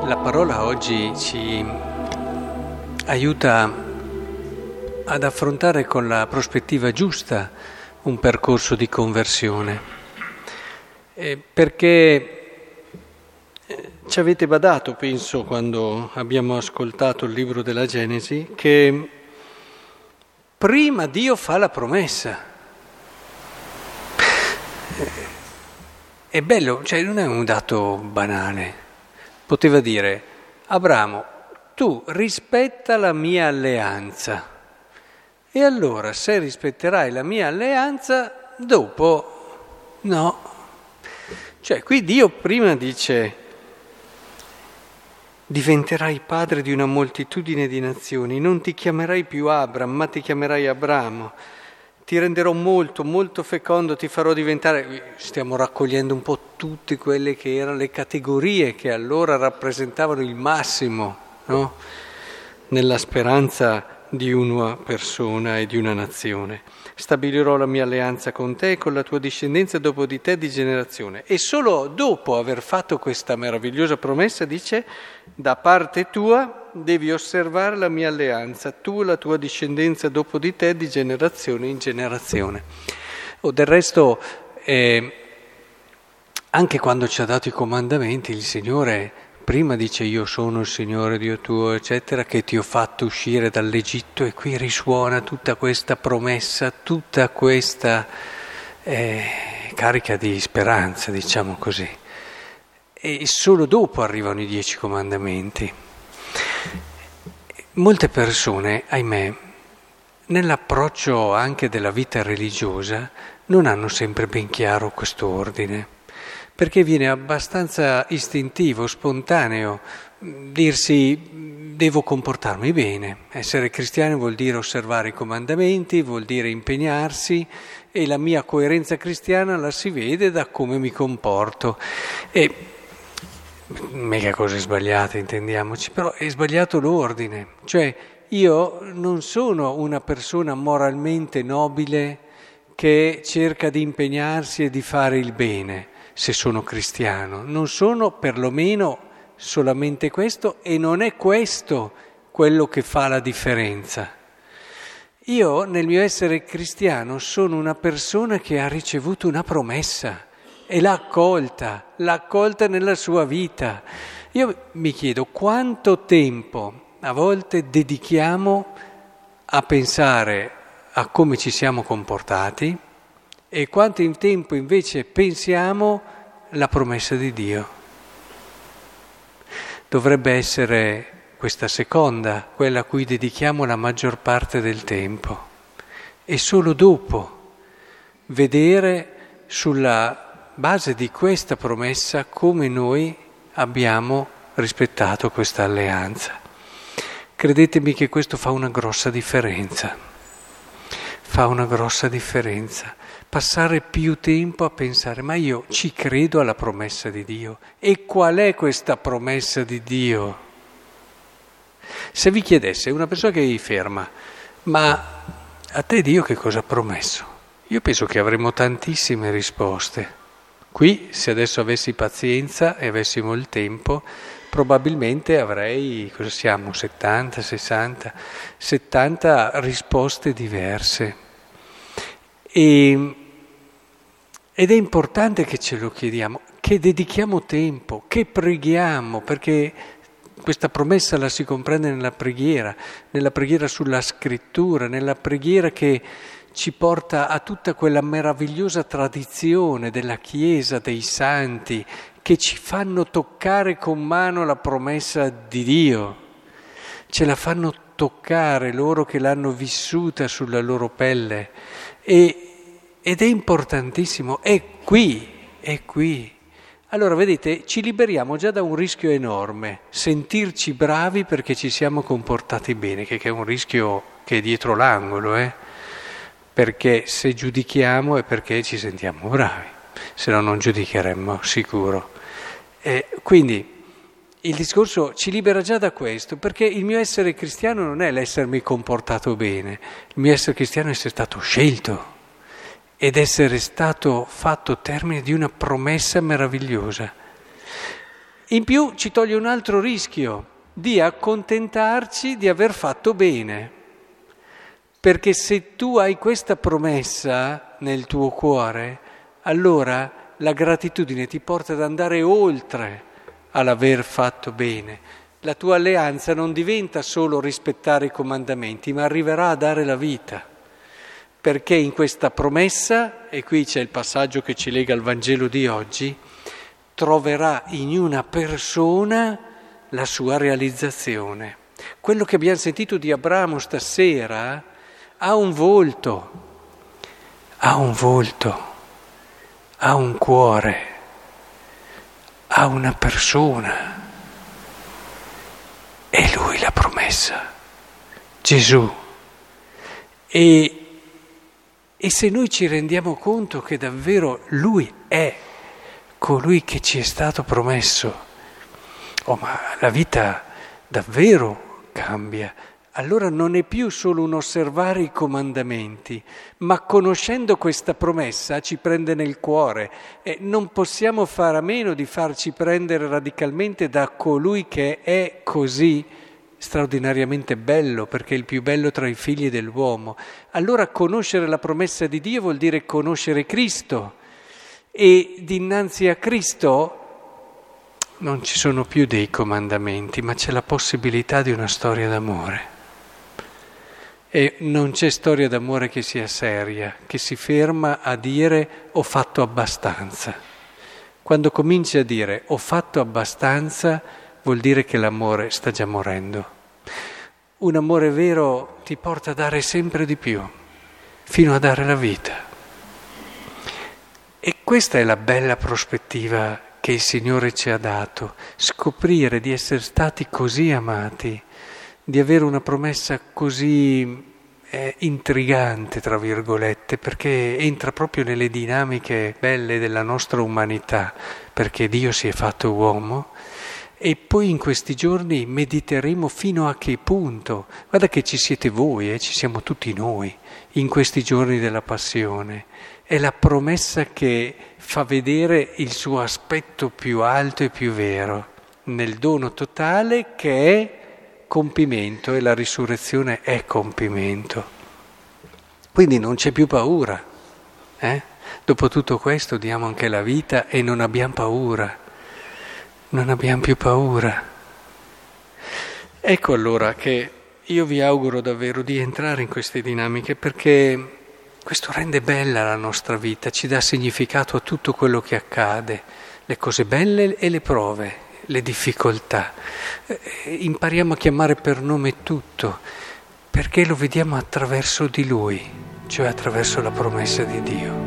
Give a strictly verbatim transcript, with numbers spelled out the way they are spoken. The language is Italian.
La parola oggi ci aiuta ad affrontare con la prospettiva giusta un percorso di conversione, eh, perché ci avete badato, penso, quando abbiamo ascoltato il libro della Genesi, che prima Dio fa la promessa. È bello, cioè non è un dato banale. Poteva dire: Abramo, tu rispetta la mia alleanza, e allora se rispetterai la mia alleanza, dopo no. Cioè qui Dio prima dice: diventerai padre di una moltitudine di nazioni, non ti chiamerai più Abram, ma ti chiamerai Abramo. Ti renderò molto, molto fecondo, ti farò diventare... Stiamo raccogliendo un po' tutte quelle che erano le categorie che allora rappresentavano il massimo, no? Nella speranza di una persona e di una nazione. Stabilirò la mia alleanza con te e con la tua discendenza dopo di te di generazione. E solo dopo aver fatto questa meravigliosa promessa dice: da parte tua devi osservare la mia alleanza, tu e la tua discendenza dopo di te di generazione in generazione. O del resto, eh, anche quando ci ha dato i comandamenti, il Signore prima dice: io sono il Signore Dio tuo, eccetera, che ti ho fatto uscire dall'Egitto, e qui risuona tutta questa promessa, tutta questa eh, carica di speranza, diciamo così. E solo dopo arrivano i dieci comandamenti. Molte persone, ahimè, nell'approccio anche della vita religiosa non hanno sempre ben chiaro questo ordine, perché viene abbastanza istintivo, spontaneo dirsi: devo comportarmi bene. Essere cristiani vuol dire osservare i comandamenti, vuol dire impegnarsi, e la mia coerenza cristiana la si vede da come mi comporto. E mega cose sbagliate, intendiamoci, però è sbagliato l'ordine. Cioè, io non sono una persona moralmente nobile che cerca di impegnarsi e di fare il bene. Se sono cristiano, non sono perlomeno solamente questo, e non è questo quello che fa la differenza. Io nel mio essere cristiano sono una persona che ha ricevuto una promessa e l'ha accolta, l'ha accolta nella sua vita. Io mi chiedo quanto tempo a volte dedichiamo a pensare a come ci siamo comportati e quanto in tempo invece pensiamo la promessa di Dio. Dovrebbe essere questa seconda, quella a cui dedichiamo la maggior parte del tempo, e solo dopo vedere sulla base di questa promessa come noi abbiamo rispettato questa alleanza. Credetemi che questo fa una grossa differenza, fa una grossa differenza. Passare più tempo a pensare: ma io ci credo alla promessa di Dio? E qual è questa promessa di Dio? Se vi chiedesse una persona che vi ferma: ma a te Dio che cosa ha promesso? Io penso che avremmo tantissime risposte. Qui, se adesso avessi pazienza e avessimo il tempo, probabilmente avrei, cosa siamo, settanta, sessanta, settanta risposte diverse. E, ed è importante che ce lo chiediamo, che dedichiamo tempo, che preghiamo, perché questa promessa la si comprende nella preghiera, nella preghiera sulla scrittura, nella preghiera che ci porta a tutta quella meravigliosa tradizione della Chiesa, dei santi, che ci fanno toccare con mano la promessa di Dio, ce la fanno toccare loro che l'hanno vissuta sulla loro pelle, e, ed è importantissimo, è qui, è qui. Allora, vedete, ci liberiamo già da un rischio enorme, sentirci bravi perché ci siamo comportati bene, che è un rischio che è dietro l'angolo, eh? Perché se giudichiamo è perché ci sentiamo bravi, se no non giudicheremmo sicuro. Eh, quindi il discorso ci libera già da questo, perché il mio essere cristiano non è l'essermi comportato bene, il mio essere cristiano è essere stato scelto ed essere stato fatto termine di una promessa meravigliosa. In più ci toglie un altro rischio, di accontentarci di aver fatto bene. Perché se tu hai questa promessa nel tuo cuore, allora la gratitudine ti porta ad andare oltre all'aver fatto bene. La tua alleanza non diventa solo rispettare i comandamenti, ma arriverà a dare la vita. Perché in questa promessa, e qui c'è il passaggio che ci lega al Vangelo di oggi, troverà in una persona la sua realizzazione. Quello che abbiamo sentito di Abramo stasera ha un volto, ha un volto, ha un cuore, ha una persona. È lui la promessa, Gesù. E, e se noi ci rendiamo conto che davvero lui è colui che ci è stato promesso, oh, ma la vita davvero cambia. Allora non è più solo un osservare i comandamenti, ma conoscendo questa promessa ci prende nel cuore e non possiamo fare a meno di farci prendere radicalmente da colui che è così straordinariamente bello, perché è il più bello tra i figli dell'uomo. Allora conoscere la promessa di Dio vuol dire conoscere Cristo, e dinanzi a Cristo non ci sono più dei comandamenti, ma c'è la possibilità di una storia d'amore. E non c'è storia d'amore che sia seria, che si ferma a dire ho fatto abbastanza. Quando cominci a dire ho fatto abbastanza, vuol dire che l'amore sta già morendo. Un amore vero ti porta a dare sempre di più, fino a dare la vita. E questa è la bella prospettiva che il Signore ci ha dato, scoprire di essere stati così amati, di avere una promessa così eh, intrigante, tra virgolette, perché entra proprio nelle dinamiche belle della nostra umanità, perché Dio si è fatto uomo. E poi in questi giorni mediteremo fino a che punto. Guarda che ci siete voi, eh, ci siamo tutti noi in questi giorni della passione. È la promessa che fa vedere il suo aspetto più alto e più vero, nel dono totale che è compimento, e la risurrezione è compimento. Quindi non c'è più paura. Eh? Dopo tutto questo diamo anche la vita e non abbiamo paura. Non abbiamo più paura. Ecco allora che io vi auguro davvero di entrare in queste dinamiche, perché questo rende bella la nostra vita, ci dà significato a tutto quello che accade, le cose belle e le prove, le difficoltà. Impariamo a chiamare per nome tutto, perché lo vediamo attraverso di Lui, cioè attraverso la promessa di Dio.